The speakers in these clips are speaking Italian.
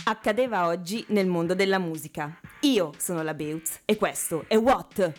accadeva oggi nel mondo della musica. Io sono la Beutz e questo è What?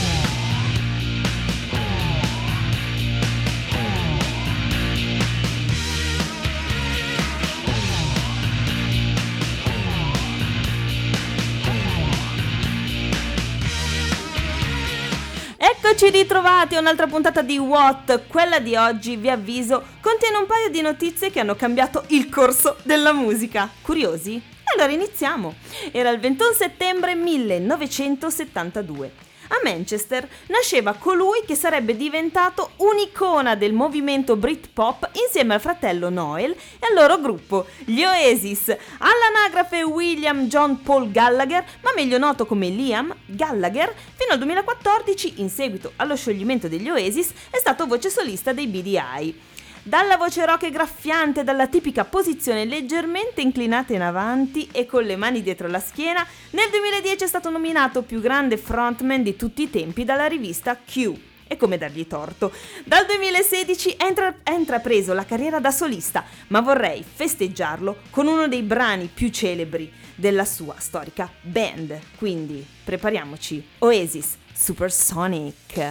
Eccoci ritrovati a un'altra puntata di What. Quella di oggi, vi avviso, contiene un paio di notizie che hanno cambiato il corso della musica. Curiosi? Allora iniziamo. Era il 21 settembre 1972. A Manchester nasceva colui che sarebbe diventato un'icona del movimento Britpop insieme al fratello Noel e al loro gruppo, gli Oasis. All'anagrafe William John Paul Gallagher, ma meglio noto come Liam Gallagher, fino al 2014, in seguito allo scioglimento degli Oasis, è stato voce solista dei BDI. Dalla voce rock e graffiante, dalla tipica posizione leggermente inclinata in avanti e con le mani dietro la schiena, nel 2010 è stato nominato più grande frontman di tutti i tempi dalla rivista Q. E come dargli torto? Dal 2016 ha intrapreso la carriera da solista, ma vorrei festeggiarlo con uno dei brani più celebri della sua storica band. Quindi prepariamoci, Oasis Supersonic.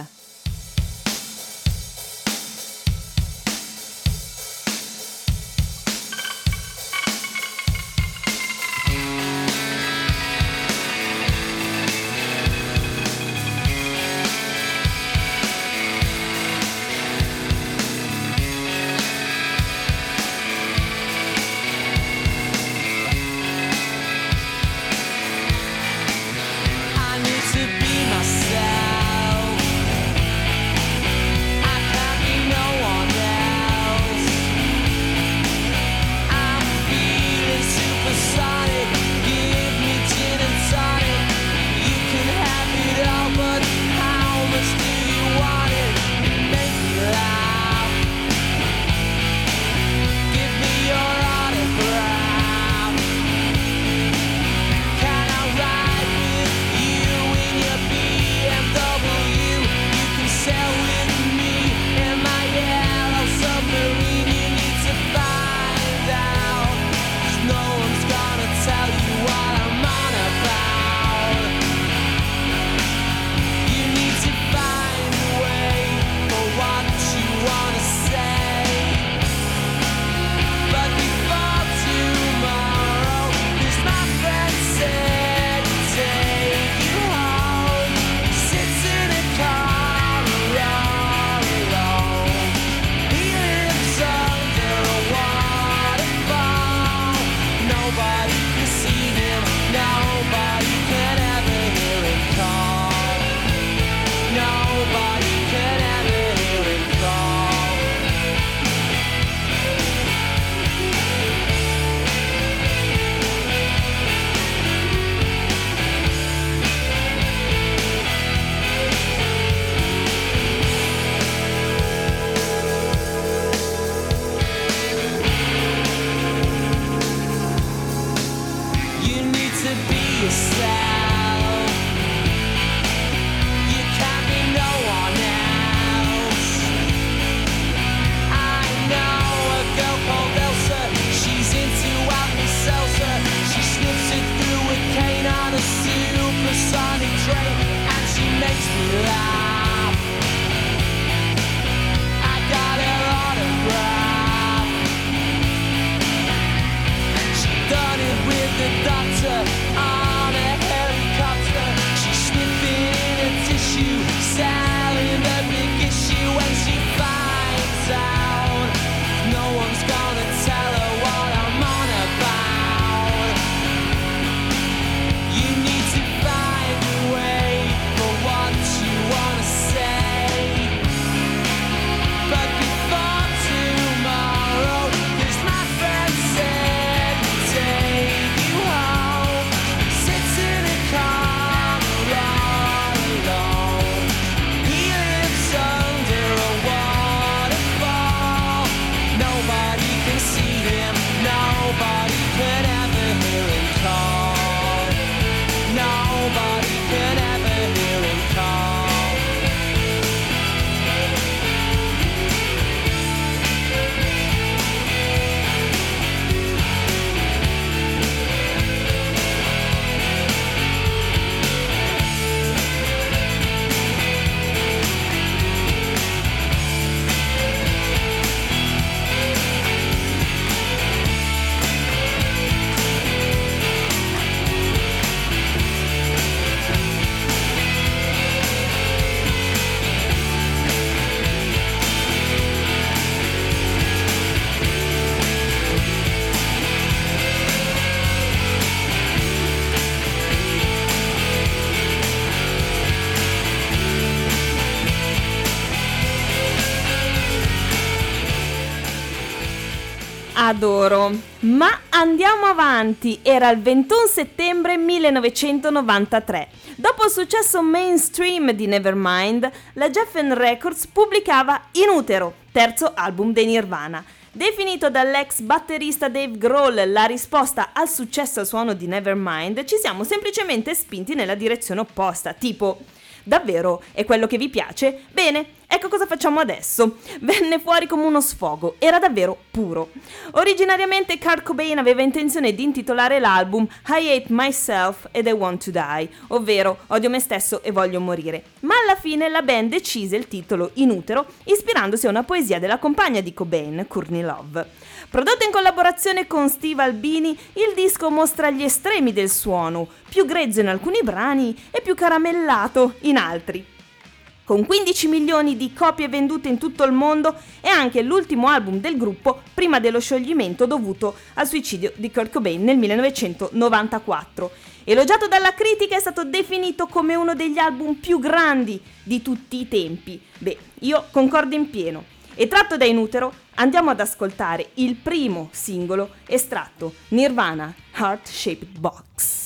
adoro. Ma andiamo avanti, era il 21 settembre 1993. Dopo il successo mainstream di Nevermind, la Geffen Records pubblicava In Utero, terzo album dei Nirvana. Definito dall'ex batterista Dave Grohl la risposta al successo al suono di Nevermind, ci siamo semplicemente spinti nella direzione opposta, tipo: davvero? È quello che vi piace? Bene, ecco cosa facciamo adesso. Venne fuori come uno sfogo, era davvero puro. Originariamente Kurt Cobain aveva intenzione di intitolare l'album I Hate Myself and I Want to Die, ovvero odio me stesso e voglio morire. Ma alla fine la band decise il titolo In Utero, ispirandosi a una poesia della compagna di Cobain, Courtney Love. Prodotto in collaborazione con Steve Albini, il disco mostra gli estremi del suono, più grezzo in alcuni brani e più caramellato in altri. Con 15 milioni di copie vendute in tutto il mondo, è anche l'ultimo album del gruppo prima dello scioglimento dovuto al suicidio di Kurt Cobain nel 1994. Elogiato dalla critica, è stato definito come uno degli album più grandi di tutti i tempi. Beh, io concordo in pieno. E tratto da In Utero, andiamo ad ascoltare il primo singolo estratto, Nirvana, Heart Shaped Box.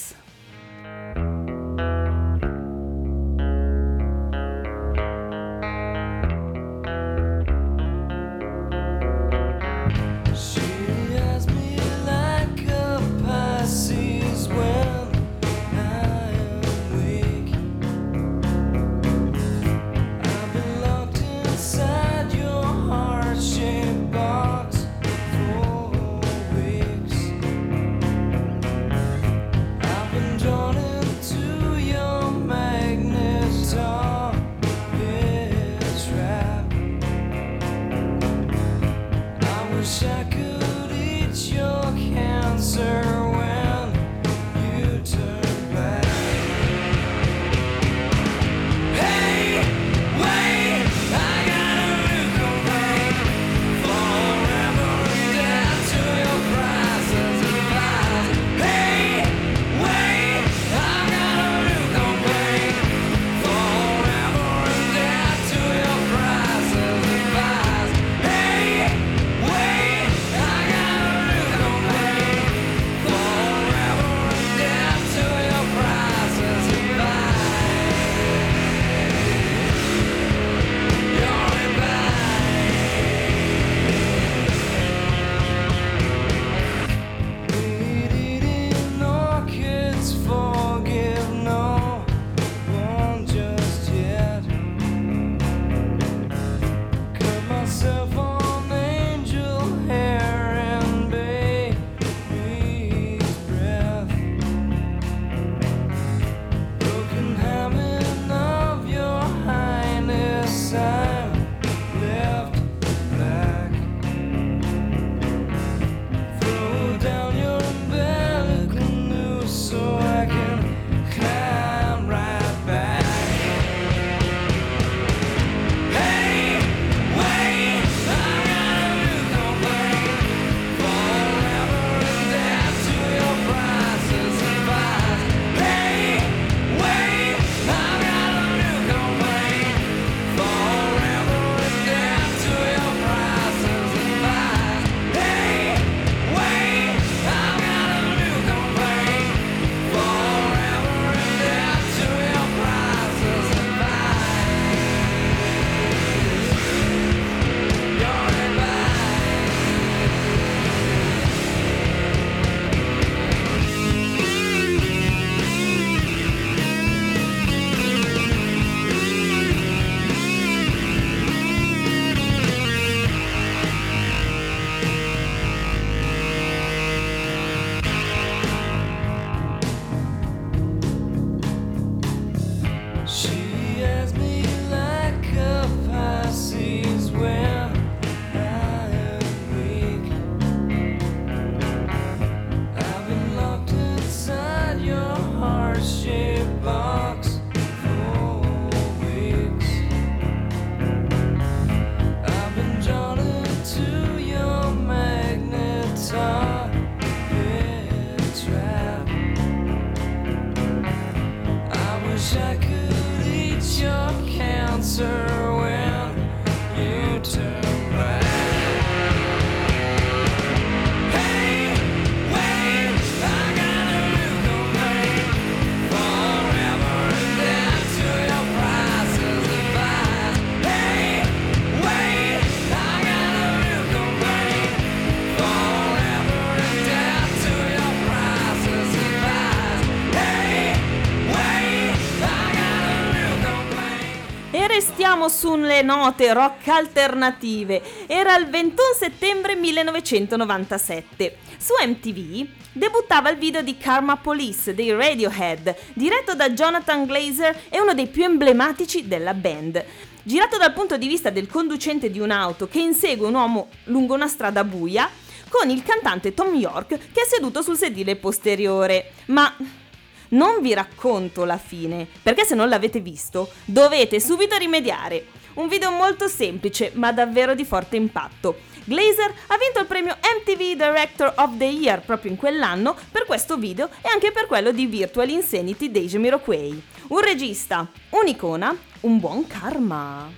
Torniamo sulle note rock alternative. Era il 21 settembre 1997. Su MTV debuttava il video di Karma Police dei Radiohead, diretto da Jonathan Glazer e uno dei più emblematici della band. Girato dal punto di vista del conducente di un'auto che insegue un uomo lungo una strada buia, con il cantante Thom Yorke che è seduto sul sedile posteriore. Ma non vi racconto la fine, perché se non l'avete visto dovete subito rimediare. Un video molto semplice ma davvero di forte impatto. Glazer ha vinto il premio MTV Director of the Year proprio in quell'anno per questo video e anche per quello di Virtual Insanity dei Jamiroquai. Un regista, un'icona, un buon karma.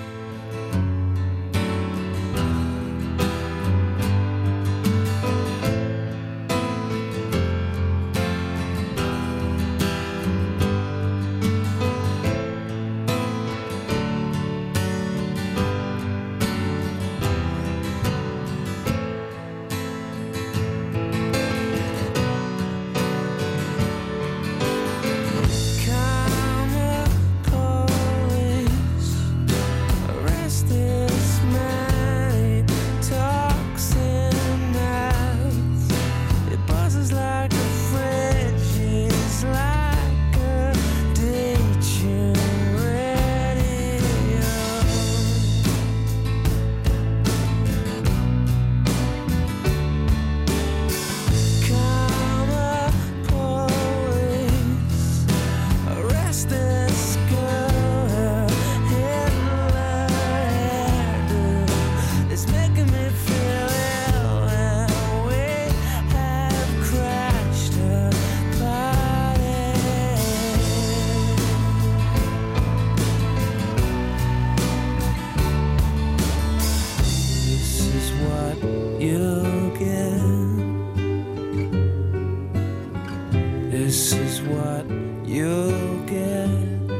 This is what you'll get.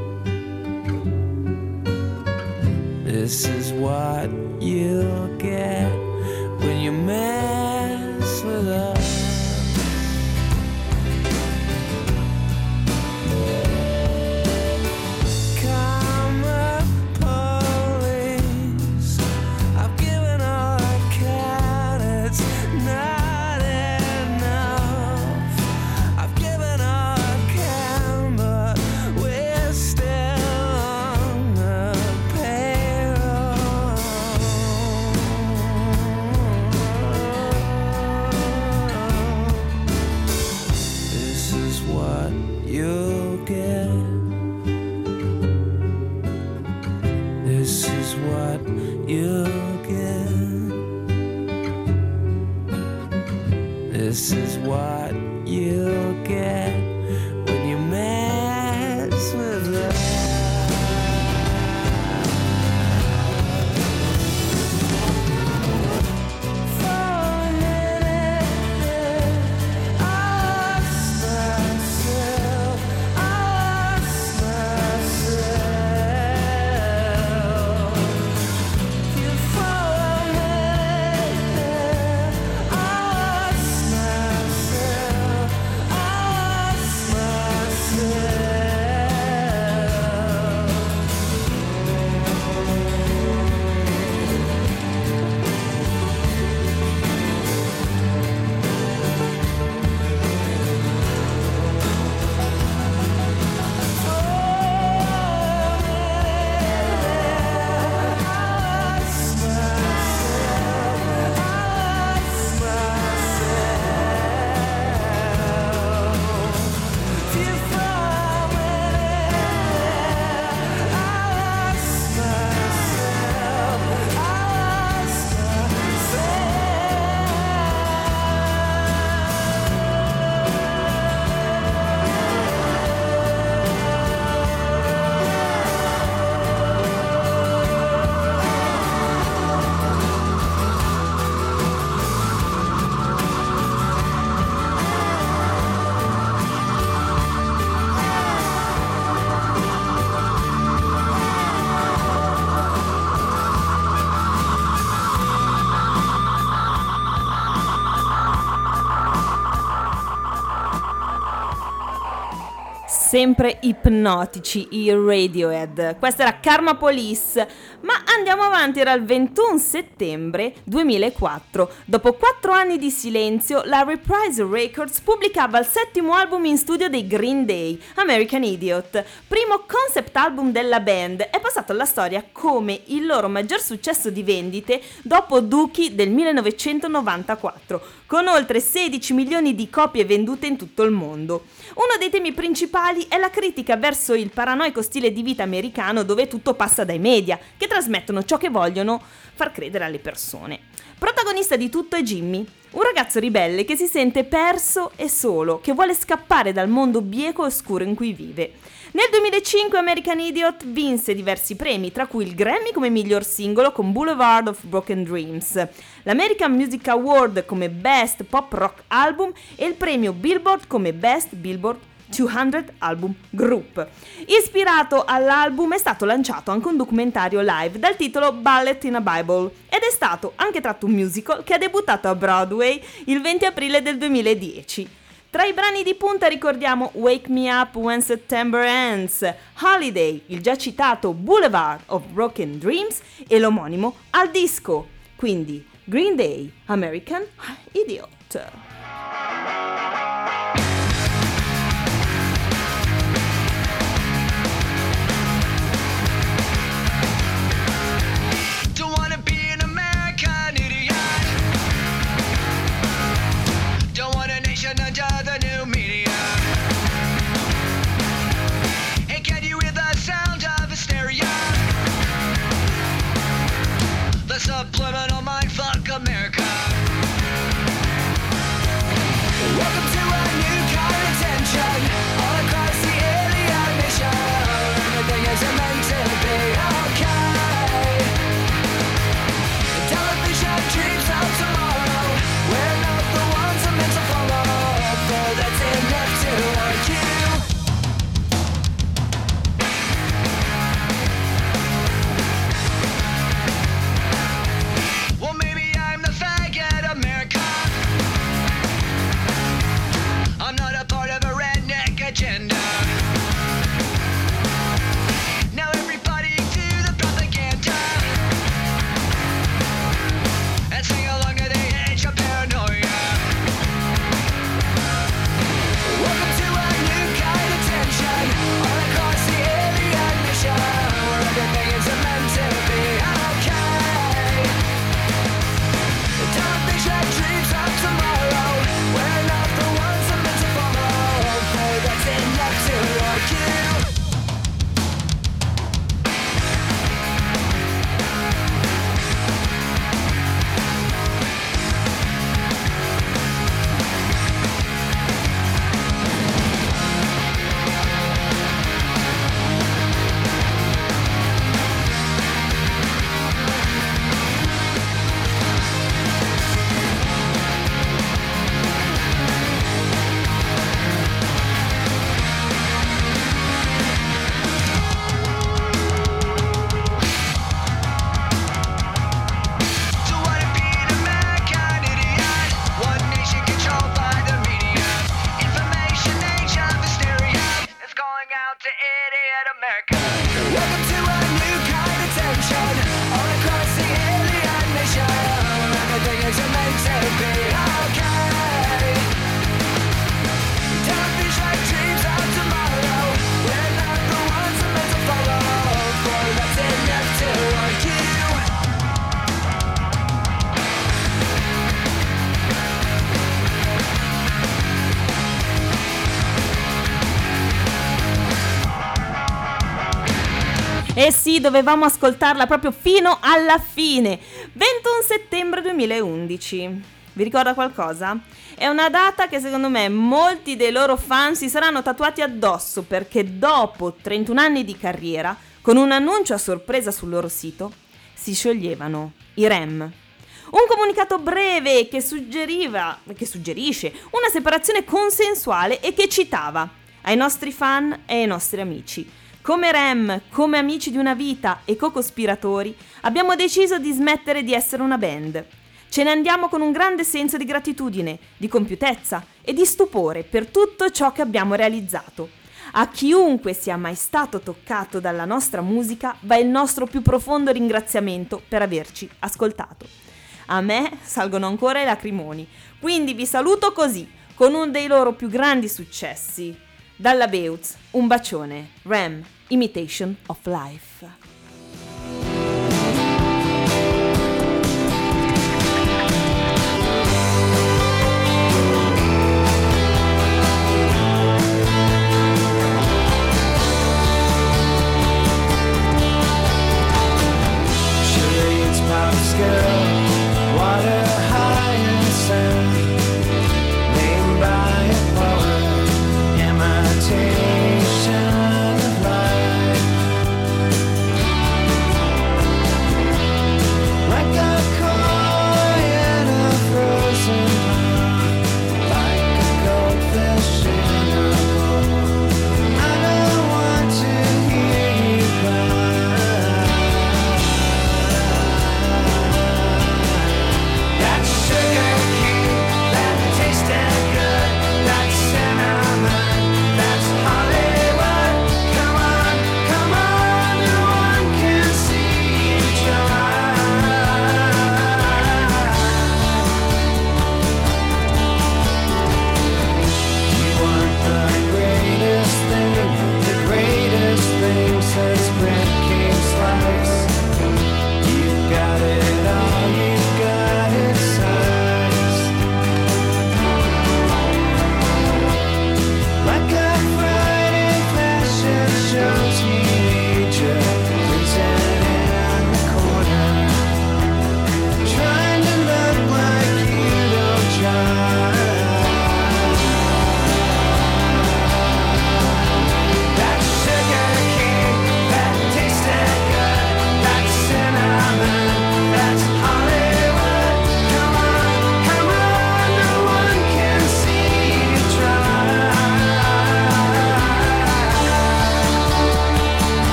This is what you'll get when you mess with us. You'll get. This is what you'll get. This is what you'll get when you mess with us. sempre ipnotici i Radiohead. Questa era Karma Police, ma andiamo avanti, era il 21 settembre 2004. Dopo 4 anni di silenzio, la Reprise Records pubblicava il 7° album in studio dei Green Day, American Idiot. Primo concept album della band, è passato alla storia come il loro maggior successo di vendite dopo Dookie del 1994, con oltre 16 milioni di copie vendute in tutto il mondo. Uno dei temi principali è la critica verso il paranoico stile di vita americano dove tutto passa dai media, che trasmettono ciò che vogliono far credere alle persone. Protagonista di tutto è Jimmy, un ragazzo ribelle che si sente perso e solo, che vuole scappare dal mondo bieco e oscuro in cui vive. Nel 2005 American Idiot vinse diversi premi, tra cui il Grammy come miglior singolo con Boulevard of Broken Dreams, l'American Music Award come Best Pop Rock Album e il premio Billboard come Best Billboard 200 Album Group. Ispirato all'album è stato lanciato anche un documentario live dal titolo Ballet in a Bible ed è stato anche tratto un musical che ha debuttato a Broadway il 20 aprile del 2010. Tra i brani di punta ricordiamo Wake Me Up When September Ends, Holiday, il già citato Boulevard of Broken Dreams e l'omonimo Al Disco. Quindi Green Day, American Idiot. Subliminal mindfuck America. Welcome to a new kind of tension all across the alien nation. Everything is meant to be okay. The television dreams of tomorrow. We're not the ones I'm meant to follow. Though that's enough to argue. Well, maybe I'm the faggot America. I'm not a part of a redneck agenda. Now everybody do the propaganda and sing along to the age of paranoia. Welcome to a new kind of tension all across the alien nation, where everything is meant to be okay. The television dreams of tomorrow. We're not the ones I'm meant to follow. Though that's enough to argue. So what if being an American idiot? One nation controlled by the media. Information age of hysteria is calling out to idiot America. Welcome to a new kind of tension all across the alien nation, where everything is meant to be okay. Television dreams of tomorrow. We're not the ones I'm meant to follow. Boy, that's enough to argue. E sì, dovevamo ascoltarla proprio fino alla fine. 21 settembre 2011. Vi ricorda qualcosa? È una data che secondo me molti dei loro fan si saranno tatuati addosso, perché dopo 31 anni di carriera, con un annuncio a sorpresa sul loro sito, si scioglievano i REM. Un comunicato breve che suggerisce una separazione consensuale e che citava: ai nostri fan e ai nostri amici. Come REM, come amici di una vita e co-cospiratori, abbiamo deciso di smettere di essere una band. Ce ne andiamo con un grande senso di gratitudine, di compiutezza e di stupore per tutto ciò che abbiamo realizzato. A chiunque sia mai stato toccato dalla nostra musica va il nostro più profondo ringraziamento per averci ascoltato. A me salgono ancora i lacrimoni, quindi vi saluto così, con uno dei loro più grandi successi. Dalla Beutz, un bacione, Ram, Imitation of Life.